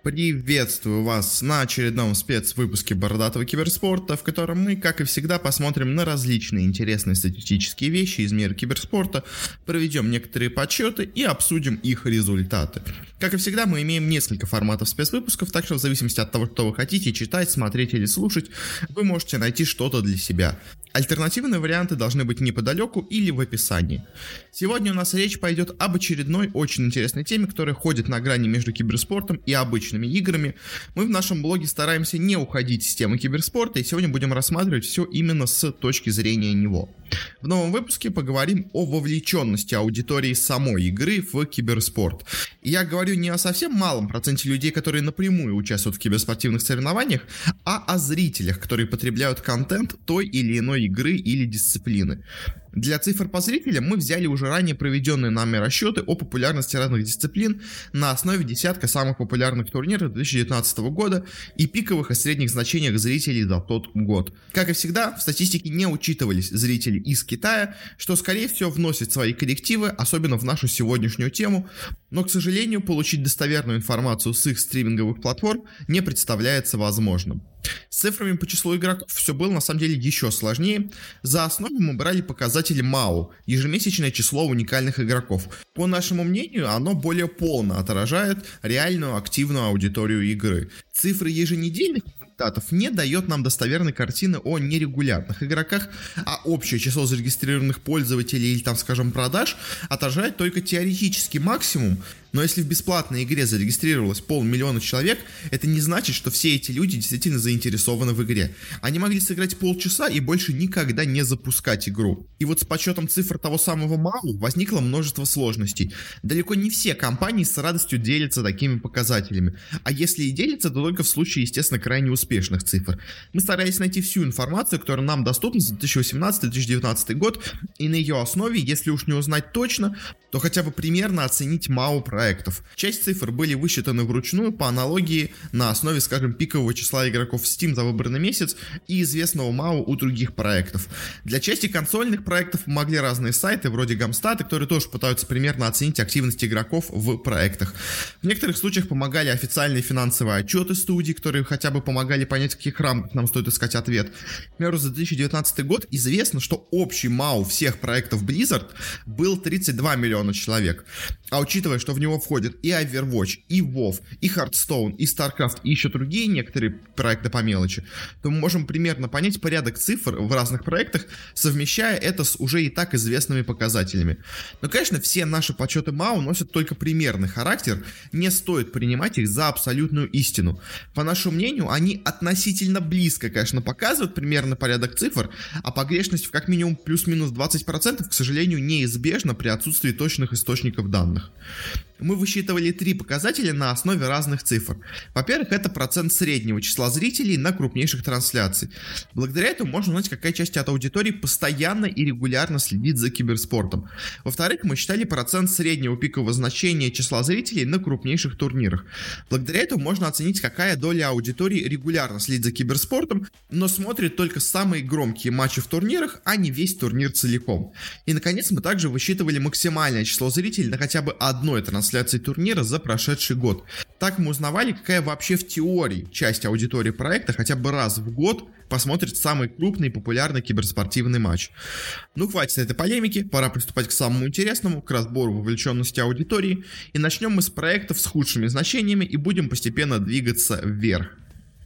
Приветствую вас на очередном спецвыпуске Бородатого Киберспорта, в котором мы, как и всегда, посмотрим на различные интересные статистические вещи из мира киберспорта, проведем некоторые подсчеты и обсудим их результаты. Как и всегда, мы имеем несколько форматов спецвыпусков, так что в зависимости от того, что вы хотите читать, смотреть или слушать, вы можете найти что-то для себя. Альтернативные варианты должны быть неподалеку или в описании. Сегодня у нас речь пойдет об очередной очень интересной теме, которая ходит на грани между киберспортом и обычными играми. Мы в нашем блоге стараемся не уходить с темы киберспорта, и сегодня будем рассматривать все именно с точки зрения него. В новом выпуске поговорим о вовлеченности аудитории самой игры в киберспорт. И я говорю не о совсем малом проценте людей, которые напрямую участвуют в киберспортивных соревнованиях, а о зрителях, которые потребляют контент той или иной игры или дисциплины. Для цифр по зрителям мы взяли уже ранее проведенные нами расчеты о популярности разных дисциплин на основе десятка самых популярных турниров 2019 года и пиковых и средних значениях зрителей за тот год. Как и всегда, в статистике не учитывались зрители из Китая, что скорее всего вносит свои коррективы, особенно в нашу сегодняшнюю тему, но, к сожалению, получить достоверную информацию с их стриминговых платформ не представляется возможным. С цифрами по числу игроков все было на самом деле еще сложнее. За основу мы брали показатели МАУ, ежемесячное число уникальных игроков. По нашему мнению, оно более полно отражает реальную активную аудиторию игры. Цифры еженедельных результатов не дает нам достоверной картины о нерегулярных игроках, а общее число зарегистрированных пользователей или там, скажем, продаж отражает только теоретический максимум. Но если в бесплатной игре зарегистрировалось 500 000 человек, это не значит, что все эти люди действительно заинтересованы в игре. Они могли сыграть полчаса и больше никогда не запускать игру. И вот с подсчетом цифр того самого МАУ возникло множество сложностей. Далеко не все компании с радостью делятся такими показателями. А если и делятся, то только в случае, естественно, крайне успешных цифр. Мы старались найти всю информацию, которая нам доступна за 2018-2019 год, и на ее основе, если уж не узнать точно, то хотя бы примерно оценить МАУ проектов. Часть цифр были высчитаны вручную по аналогии на основе, скажем, пикового числа игроков в Steam за выбранный месяц и известного МАУ у других проектов. Для части консольных проектов помогли разные сайты, вроде Гамстата, которые тоже пытаются примерно оценить активность игроков в проектах. В некоторых случаях помогали официальные финансовые отчеты студий, которые хотя бы помогали понять, в каких рамках нам стоит искать ответ. К примеру, за 2019 год известно, что общий МАУ всех проектов Blizzard был 32 миллиона человек. А учитывая, что в него входят и Overwatch, и WoW, и Hearthstone, и StarCraft, и еще другие некоторые проекты по мелочи, то мы можем примерно понять порядок цифр в разных проектах, совмещая это с уже и так известными показателями. Но, конечно, все наши подсчеты МАУ носят только примерный характер, не стоит принимать их за абсолютную истину. По нашему мнению, они относительно близко, конечно, показывают примерный порядок цифр, а погрешность в как минимум плюс-минус 20%, к сожалению, неизбежна при отсутствии точных источников данных. Мы высчитывали 3 показателя на основе разных цифр. Во-первых, это процент среднего числа зрителей на крупнейших трансляциях. Благодаря этому можно узнать, какая часть от аудитории постоянно и регулярно следит за киберспортом. Во-вторых, мы считали процент среднего пикового значения числа зрителей на крупнейших турнирах. Благодаря этому можно оценить, какая доля аудитории регулярно следит за киберспортом, но смотрит только самые громкие матчи в турнирах, а не весь турнир целиком. И, наконец, мы также высчитывали максимальное число зрителей на хотя бы одной трансляции турнира за прошедший год. Так мы узнавали, какая вообще в теории часть аудитории проекта хотя бы раз в год посмотрит самый крупный и популярный киберспортивный матч. Ну, хватит этой полемики, пора приступать к самому интересному, к разбору вовлеченности аудитории. И начнем мы с проектов с худшими значениями и будем постепенно двигаться вверх.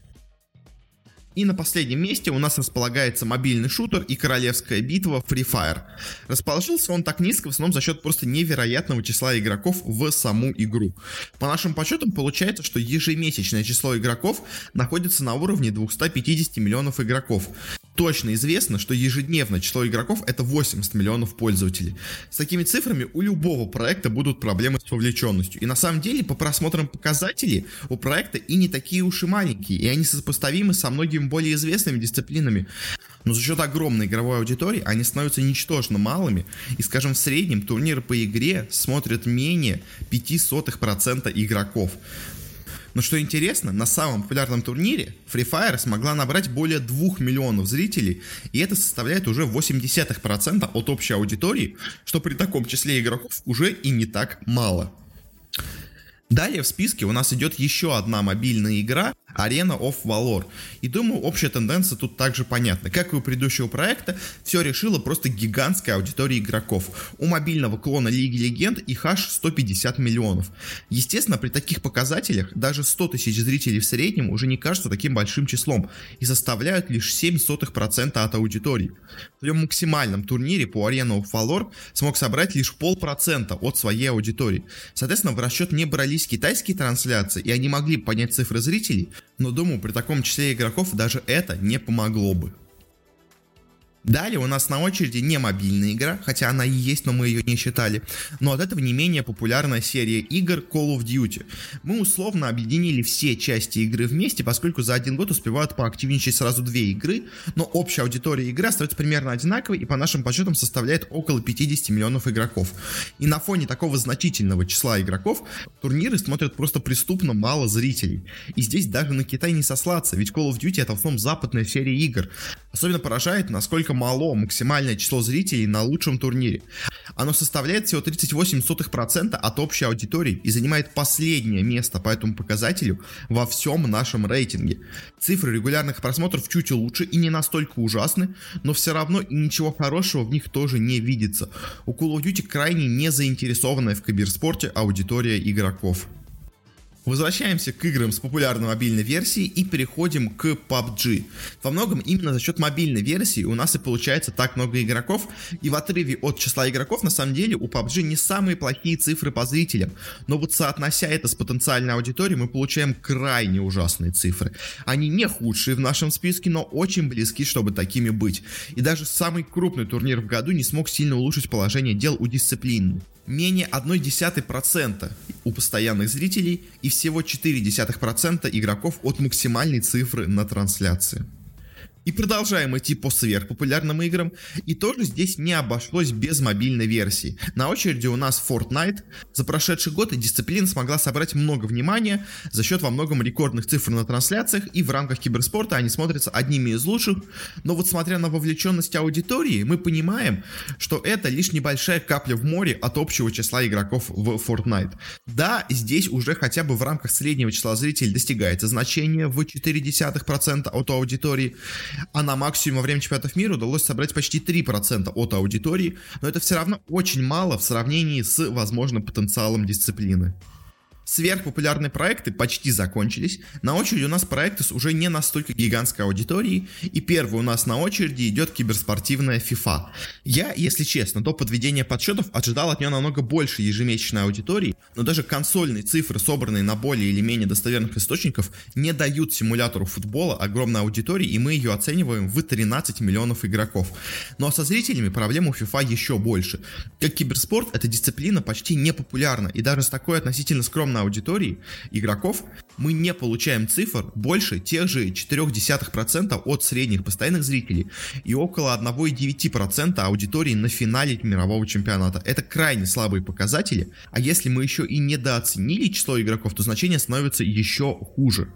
И на последнем месте у нас располагается мобильный шутер и королевская битва Free Fire. Расположился он так низко в основном за счет просто невероятного числа игроков в саму игру. По нашим подсчетам получается, что ежемесячное число игроков находится на уровне 250 миллионов игроков. Точно известно, что ежедневное число игроков — это 80 миллионов пользователей. С такими цифрами у любого проекта будут проблемы с вовлеченностью. И на самом деле, по просмотрам показателей, у проекта и не такие уж и маленькие, и они сопоставимы со многими более известными дисциплинами. Но за счет огромной игровой аудитории они становятся ничтожно малыми, и, скажем, в среднем турниры по игре смотрят менее 0,05% игроков. Но что интересно, на самом популярном турнире Free Fire смогла набрать более 2 миллионов зрителей, и это составляет уже 0,8% от общей аудитории, что при таком числе игроков уже и не так мало. Далее в списке у нас идет еще одна мобильная игра Arena of Valor. И думаю, общая тенденция тут также понятна. Как и у предыдущего проекта, все решило просто гигантская аудитория игроков. У мобильного клона Лиги Легенд их аж 150 миллионов. Естественно, при таких показателях даже 100 тысяч зрителей в среднем уже не кажутся таким большим числом и составляют лишь 0,07% от аудитории. В своем максимальном турнире по Arena of Valor смог собрать лишь 0,5% от своей аудитории. Соответственно, в расчет не брались китайские трансляции, и они могли понять цифры зрителей, но думаю, при таком числе игроков даже это не помогло бы. Далее у нас на очереди не мобильная игра, хотя она и есть, но мы ее не считали, но от этого не менее популярная серия игр Call of Duty. Мы условно объединили все части игры вместе, поскольку за один год успевают поактивничать сразу две игры, но общая аудитория игры остается примерно одинаковой и по нашим подсчетам составляет около 50 миллионов игроков. И на фоне такого значительного числа игроков турниры смотрят просто преступно мало зрителей. И здесь даже на Китай не сослаться, ведь Call of Duty это в основном западная серия игр. Особенно поражает, насколько мало максимальное число зрителей на лучшем турнире. Оно составляет всего 38% от общей аудитории и занимает последнее место по этому показателю во всем нашем рейтинге. Цифры регулярных просмотров чуть лучше и не настолько ужасны, но все равно и ничего хорошего в них тоже не видится. У Call of Duty крайне не заинтересованная в киберспорте аудитория игроков. Возвращаемся к играм с популярной мобильной версией и переходим к PUBG. Во многом именно за счет мобильной версии у нас и получается так много игроков, и в отрыве от числа игроков на самом деле у PUBG не самые плохие цифры по зрителям, но вот соотнося это с потенциальной аудиторией мы получаем крайне ужасные цифры. Они не худшие в нашем списке, но очень близки, чтобы такими быть. И даже самый крупный турнир в году не смог сильно улучшить положение дел у дисциплины. Менее 0,1% у постоянных зрителей и всего 0,4% игроков от максимальной цифры на трансляции. И продолжаем идти по сверхпопулярным играм, и тоже здесь не обошлось без мобильной версии. На очереди у нас Fortnite. За прошедший год дисциплина смогла собрать много внимания за счет во многом рекордных цифр на трансляциях, и в рамках киберспорта они смотрятся одними из лучших. Но вот смотря на вовлеченность аудитории, мы понимаем, что это лишь небольшая капля в море от общего числа игроков в Fortnite. Да, здесь уже хотя бы в рамках среднего числа зрителей достигается значение в 0,4% от аудитории, а на максимум во время чемпионатов мира удалось собрать почти 3% от аудитории, но это все равно очень мало в сравнении с возможным потенциалом дисциплины. Сверхпопулярные проекты почти закончились. На очереди у нас проекты с уже не настолько гигантской аудиторией. И первый у нас на очереди идет киберспортивная FIFA. Я, если честно, до подведения подсчетов ожидал от нее намного больше ежемесячной аудитории, но даже консольные цифры, собранные на более или менее достоверных источников, не дают симулятору футбола огромной аудитории, и мы ее оцениваем в 13 миллионов игроков. Но со зрителями проблема у FIFA еще больше. Как киберспорт, эта дисциплина почти не популярна, и даже с такой относительно скромной аудитории игроков мы не получаем цифр больше тех же 0,4% от средних постоянных зрителей и около 1,9% аудитории на финале мирового чемпионата. Это крайне слабые показатели, а если мы еще и недооценили число игроков, то значение становится еще хуже.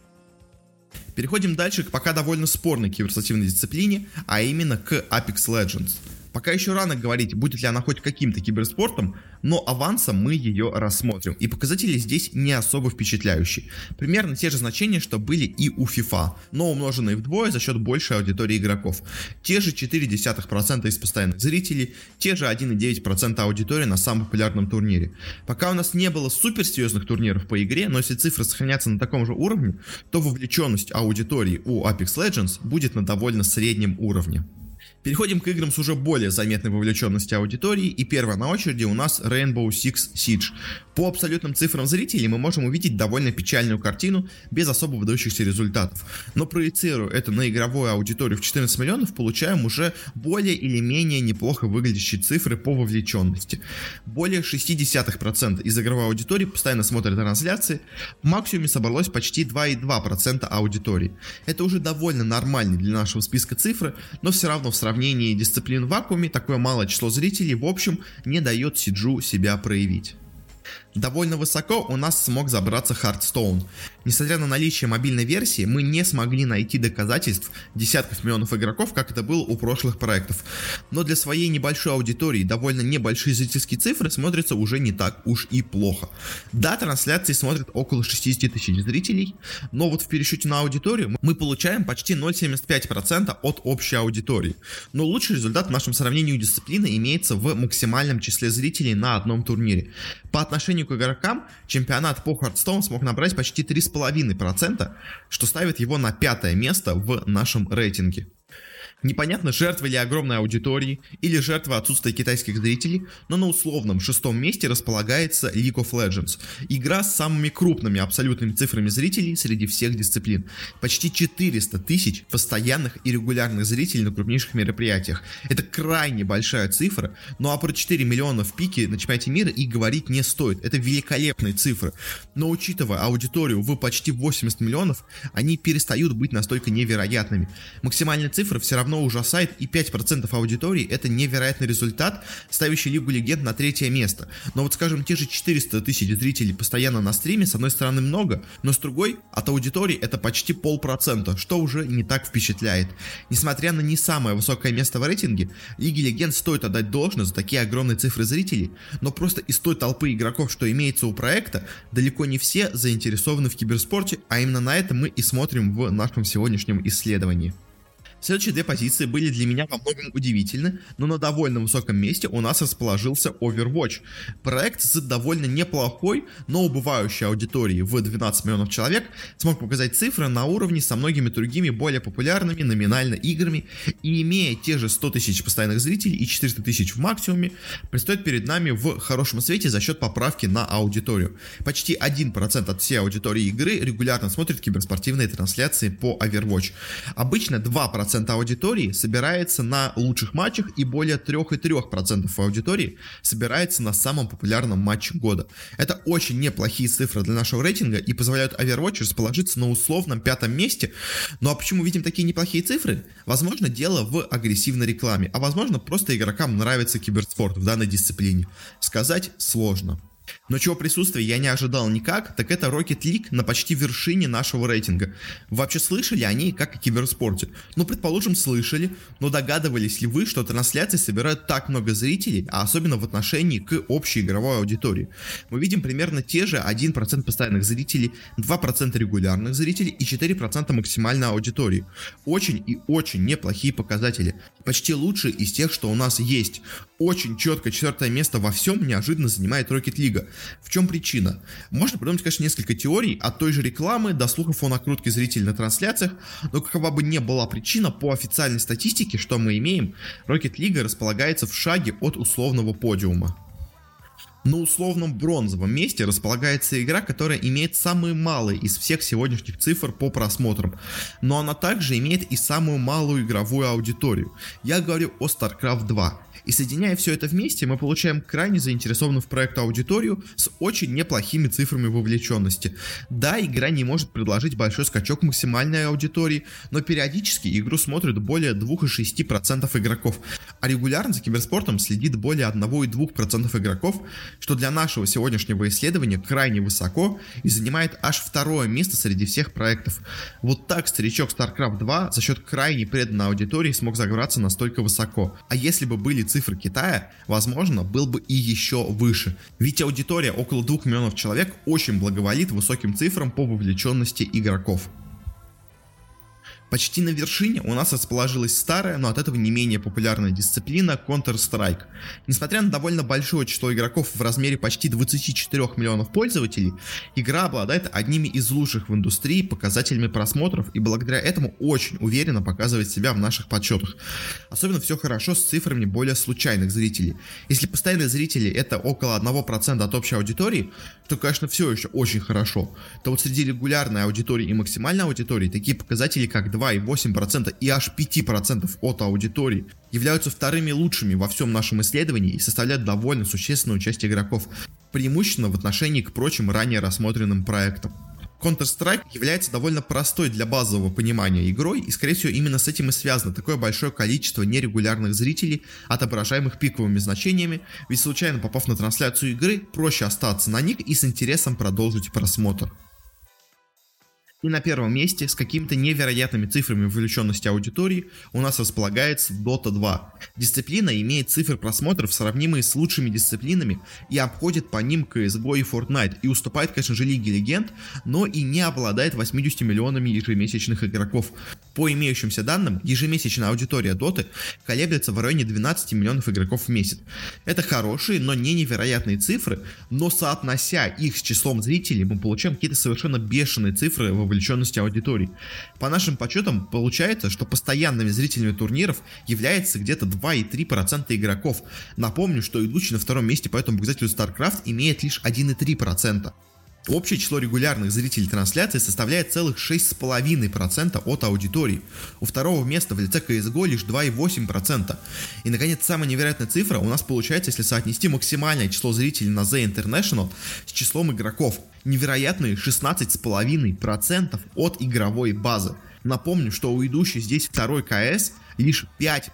Переходим дальше к пока довольно спорной киберспортивной дисциплине, а именно к Apex Legends. Пока еще рано говорить, будет ли она хоть каким-то киберспортом, но авансом мы ее рассмотрим, и показатели здесь не особо впечатляющие. Примерно те же значения, что были и у FIFA, но умноженные вдвое за счет большей аудитории игроков. Те же 0,4% из постоянных зрителей, те же 1,9% аудитории на самом популярном турнире. Пока у нас не было суперсерьезных турниров по игре, но если цифры сохранятся на таком же уровне, то вовлеченность аудитории у Apex Legends будет на довольно среднем уровне. Переходим к играм с уже более заметной вовлеченностью аудитории, и первая на очереди у нас Rainbow Six Siege. По абсолютным цифрам зрителей мы можем увидеть довольно печальную картину без особо выдающихся результатов, но проецируя это на игровую аудиторию в 14 миллионов, получаем уже более или менее неплохо выглядящие цифры по вовлеченности. Более 0,6% из игровой аудитории постоянно смотрят трансляции, в максимуме собралось почти 2,2% аудитории. Это уже довольно нормальные для нашего списка цифры, но все равно в сравнении дисциплин в вакууме такое малое число зрителей в общем не дает Сиджу себя проявить. Довольно высоко у нас смог забраться Hearthstone. Несмотря на наличие мобильной версии, мы не смогли найти доказательств десятков миллионов игроков, как это было у прошлых проектов. Но для своей небольшой аудитории довольно небольшие зрительские цифры смотрятся уже не так уж и плохо. Да, трансляции смотрят около 60 тысяч зрителей, но вот в пересчете на аудиторию мы получаем почти 0,75% от общей аудитории. Но лучший результат в нашем сравнении дисциплины имеется в максимальном числе зрителей на одном турнире. По отношению к игрокам, чемпионат по Hearthstone смог набрать почти 3,5%, что ставит его на 5-е место в нашем рейтинге. Непонятно, жертва ли огромной аудитории или жертва отсутствия китайских зрителей, но на условном 6-м месте располагается League of Legends. Игра с самыми крупными абсолютными цифрами зрителей среди всех дисциплин. Почти 400 тысяч постоянных и регулярных зрителей на крупнейших мероприятиях. Это крайне большая цифра, ну а про 4 миллиона в пике на чемпионате мира и говорить не стоит. Это великолепные цифры. Но учитывая аудиторию в почти 80 миллионов, они перестают быть настолько невероятными. Максимальная цифра все равно ужасает, и 5% аудитории — это невероятный результат, ставящий Лигу Легенд на 3-е место. Но вот, скажем, те же 400 тысяч зрителей постоянно на стриме, с одной стороны много, но с другой, от аудитории это почти 0,5%, что уже не так впечатляет. Несмотря на не самое высокое место в рейтинге, Лиге Легенд стоит отдать должное за такие огромные цифры зрителей, но просто из той толпы игроков, что имеется у проекта, далеко не все заинтересованы в киберспорте, а именно на это мы и смотрим в нашем сегодняшнем исследовании. Следующие две позиции были для меня во многом удивительны, но на довольно высоком месте у нас расположился Overwatch. Проект с довольно неплохой, но убывающей аудиторией в 12 миллионов человек смог показать цифры на уровне со многими другими более популярными номинально играми, и имея те же 100 тысяч постоянных зрителей и 400 тысяч в максимуме, предстоит перед нами в хорошем свете за счет поправки на аудиторию. Почти 1% от всей аудитории игры регулярно смотрит киберспортивные трансляции по Overwatch. Обычно 2% аудитории собирается на лучших матчах, и более 3,3% аудитории собирается на самом популярном матче года. Это очень неплохие цифры для нашего рейтинга и позволяют Overwatch расположиться на условном 5-м месте. Ну а почему видим такие неплохие цифры? Возможно, дело в агрессивной рекламе, а возможно, просто игрокам нравится киберспорт в данной дисциплине. Сказать сложно. Но чего присутствия я не ожидал никак, так это Rocket League на почти вершине нашего рейтинга. Вы вообще слышали о ней как о киберспорте? Ну, предположим, слышали, но догадывались ли вы, что трансляции собирают так много зрителей, а особенно в отношении к общей игровой аудитории? Мы видим примерно те же 1% постоянных зрителей, 2% регулярных зрителей и 4% максимальной аудитории. Очень и очень неплохие показатели. Почти лучшие из тех, что у нас есть. Очень четко 4-е место во всем неожиданно занимает Rocket League. В чем причина? Можно придумать, конечно, несколько теорий, от той же рекламы до слухов о накрутке зрителей на трансляциях, но какова бы ни была причина, по официальной статистике, что мы имеем, Rocket League располагается в шаге от условного подиума. На условном бронзовом месте располагается игра, которая имеет самые малые из всех сегодняшних цифр по просмотрам, но она также имеет и самую малую игровую аудиторию. Я говорю о StarCraft 2. И соединяя все это вместе, мы получаем крайне заинтересованную в проект аудиторию с очень неплохими цифрами вовлеченности. Да, игра не может предложить большой скачок максимальной аудитории, но периодически игру смотрят более 2,6% игроков, а регулярно за киберспортом следит более 1,2% игроков, что для нашего сегодняшнего исследования крайне высоко и занимает аж 2-е место среди всех проектов. Вот так старичок StarCraft 2 за счет крайне преданной аудитории смог забраться настолько высоко. А если бы были цифры Китая, возможно, был бы и еще выше. Ведь аудитория около 2 миллионов человек очень благоволит высоким цифрам по вовлеченности игроков. Почти на вершине у нас расположилась старая, но от этого не менее популярная дисциплина Counter-Strike. Несмотря на довольно большое число игроков в размере почти 24 миллионов пользователей, игра обладает одними из лучших в индустрии показателями просмотров и благодаря этому очень уверенно показывает себя в наших подсчетах. Особенно все хорошо с цифрами более случайных зрителей. Если постоянные зрители это около 1% от общей аудитории, то, конечно, все еще очень хорошо. То вот среди регулярной аудитории и максимальной аудитории такие показатели, как 2,8% и аж 5% от аудитории являются вторыми лучшими во всем нашем исследовании и составляют довольно существенную часть игроков, преимущественно в отношении к прочим ранее рассмотренным проектам. Counter-Strike является довольно простой для базового понимания игрой, и скорее всего именно с этим и связано такое большое количество нерегулярных зрителей, отображаемых пиковыми значениями, ведь случайно попав на трансляцию игры, проще остаться на них и с интересом продолжить просмотр. И на первом месте с какими-то невероятными цифрами вовлеченности аудитории у нас располагается Dota 2. Дисциплина имеет цифры просмотров, сравнимые с лучшими дисциплинами, и обходит по ним CSGO и Fortnite, и уступает, конечно же, Лиге Легенд, но и не обладает 80 миллионами ежемесячных игроков. По имеющимся данным, ежемесячная аудитория Dota колеблется в районе 12 миллионов игроков в месяц. Это хорошие, но не невероятные цифры, но соотнося их с числом зрителей, мы получаем какие-то совершенно бешеные цифры вовлеченности аудитории. По нашим подсчетам получается, что постоянными зрителями турниров является где-то 2,3% игроков. Напомню, что идущий на втором месте по этому показателю StarCraft имеет лишь 1,3%. Общее число регулярных зрителей трансляции составляет целых 6,5% от аудитории. У второго места в лице CSGO лишь 2,8%. И, наконец, самая невероятная цифра у нас получается, если соотнести максимальное число зрителей на The International с числом игроков. Невероятные 16,5% от игровой базы. Напомню, что у идущей здесь второй КС лишь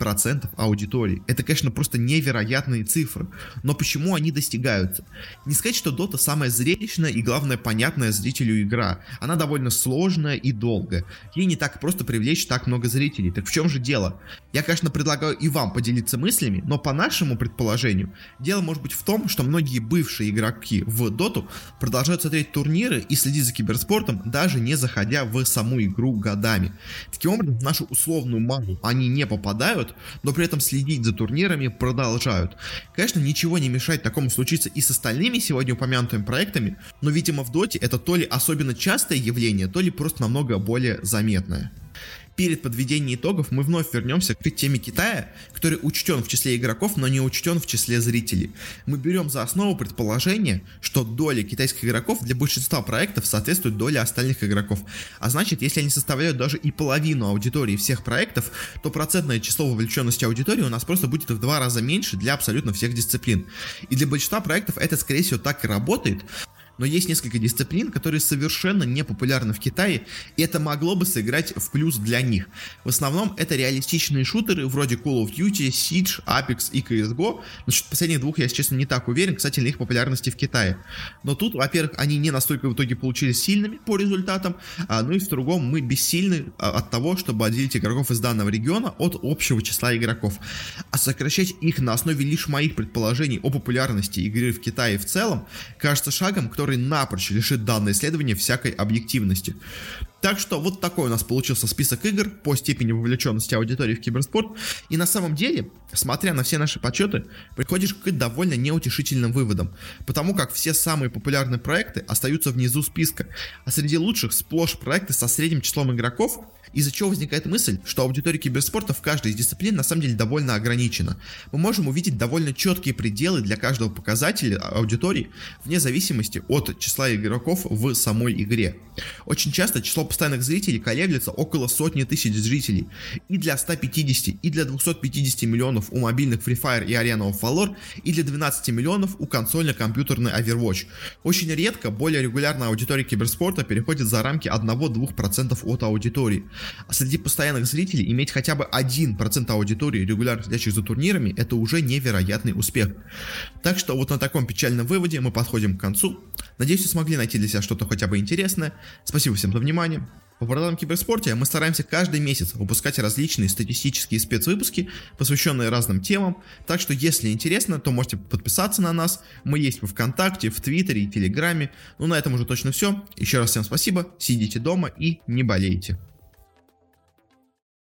5% аудитории. Это, конечно, просто невероятные цифры. Но почему они достигаются? Не сказать, что Dota самая зрелищная и, главное, понятная зрителю игра. Она довольно сложная и долгая. Ей не так просто привлечь так много зрителей. Так в чем же дело? Я, конечно, предлагаю и вам поделиться мыслями, но по нашему предположению, дело может быть в том, что многие бывшие игроки в Dota продолжают смотреть турниры и следить за киберспортом, даже не заходя в саму игру годами. Таким образом, в нашу условную мангу они не попадают, но при этом следить за турнирами продолжают. Конечно, ничего не мешает такому случиться и с остальными сегодня упомянутыми проектами, но, видимо, в Доте это то ли особенно частое явление, то ли просто намного более заметное. Перед подведением итогов мы вновь вернемся к теме Китая, который учтен в числе игроков, но не учтен в числе зрителей. Мы берем за основу предположение, что доля китайских игроков для большинства проектов соответствует доле остальных игроков. А значит, если они составляют даже и половину аудитории всех проектов, то процентное число вовлеченности аудитории у нас просто будет в 2 раза меньше для абсолютно всех дисциплин. И для большинства проектов это, скорее всего, так и работает. Но есть несколько дисциплин, которые совершенно не популярны в Китае, и это могло бы сыграть в плюс для них. В основном это реалистичные шутеры вроде Call of Duty, Siege, Apex и CSGO. Насчет последних двух я, если честно, не так уверен, кстати, на их популярности в Китае. Но тут, во-первых, они не настолько в итоге получились сильными по результатам, ну и в другом мы бессильны от того, чтобы отделить игроков из данного региона от общего числа игроков. А сокращать их на основе лишь моих предположений о популярности игры в Китае в целом кажется шагом, который напрочь лишит данное исследование всякой объективности. Так что вот такой у нас получился список игр по степени вовлеченности аудитории в киберспорт. И на самом деле, смотря на все наши подсчеты, приходишь к довольно неутешительным выводам. Потому как все самые популярные проекты остаются внизу списка. А среди лучших сплошь проекты со средним числом игроков, из-за чего возникает мысль, что аудитория киберспорта в каждой из дисциплин на самом деле довольно ограничена. Мы можем увидеть довольно четкие пределы для каждого показателя аудитории, вне зависимости от числа игроков в самой игре. Очень часто число постоянных зрителей колеблется около сотни тысяч зрителей. И для 150, и для 250 миллионов у мобильных Free Fire и Arena of Valor, и для 12 миллионов у консольно-компьютерной Overwatch. Очень редко более регулярная аудитория киберспорта переходит за рамки 1-2% от аудитории. А среди постоянных зрителей иметь хотя бы 1% аудитории, регулярно следящих за турнирами, это уже невероятный успех. Так что вот на таком печальном выводе мы подходим к концу. Надеюсь, вы смогли найти для себя что-то хотя бы интересное. Спасибо всем за внимание. В Бородатом киберспорте мы стараемся каждый месяц выпускать различные статистические спецвыпуски, посвященные разным темам, так что если интересно, то можете подписаться на нас, мы есть во ВКонтакте, в Твиттере и Телеграме. Ну на этом уже точно все. Еще раз всем спасибо, сидите дома и не болейте.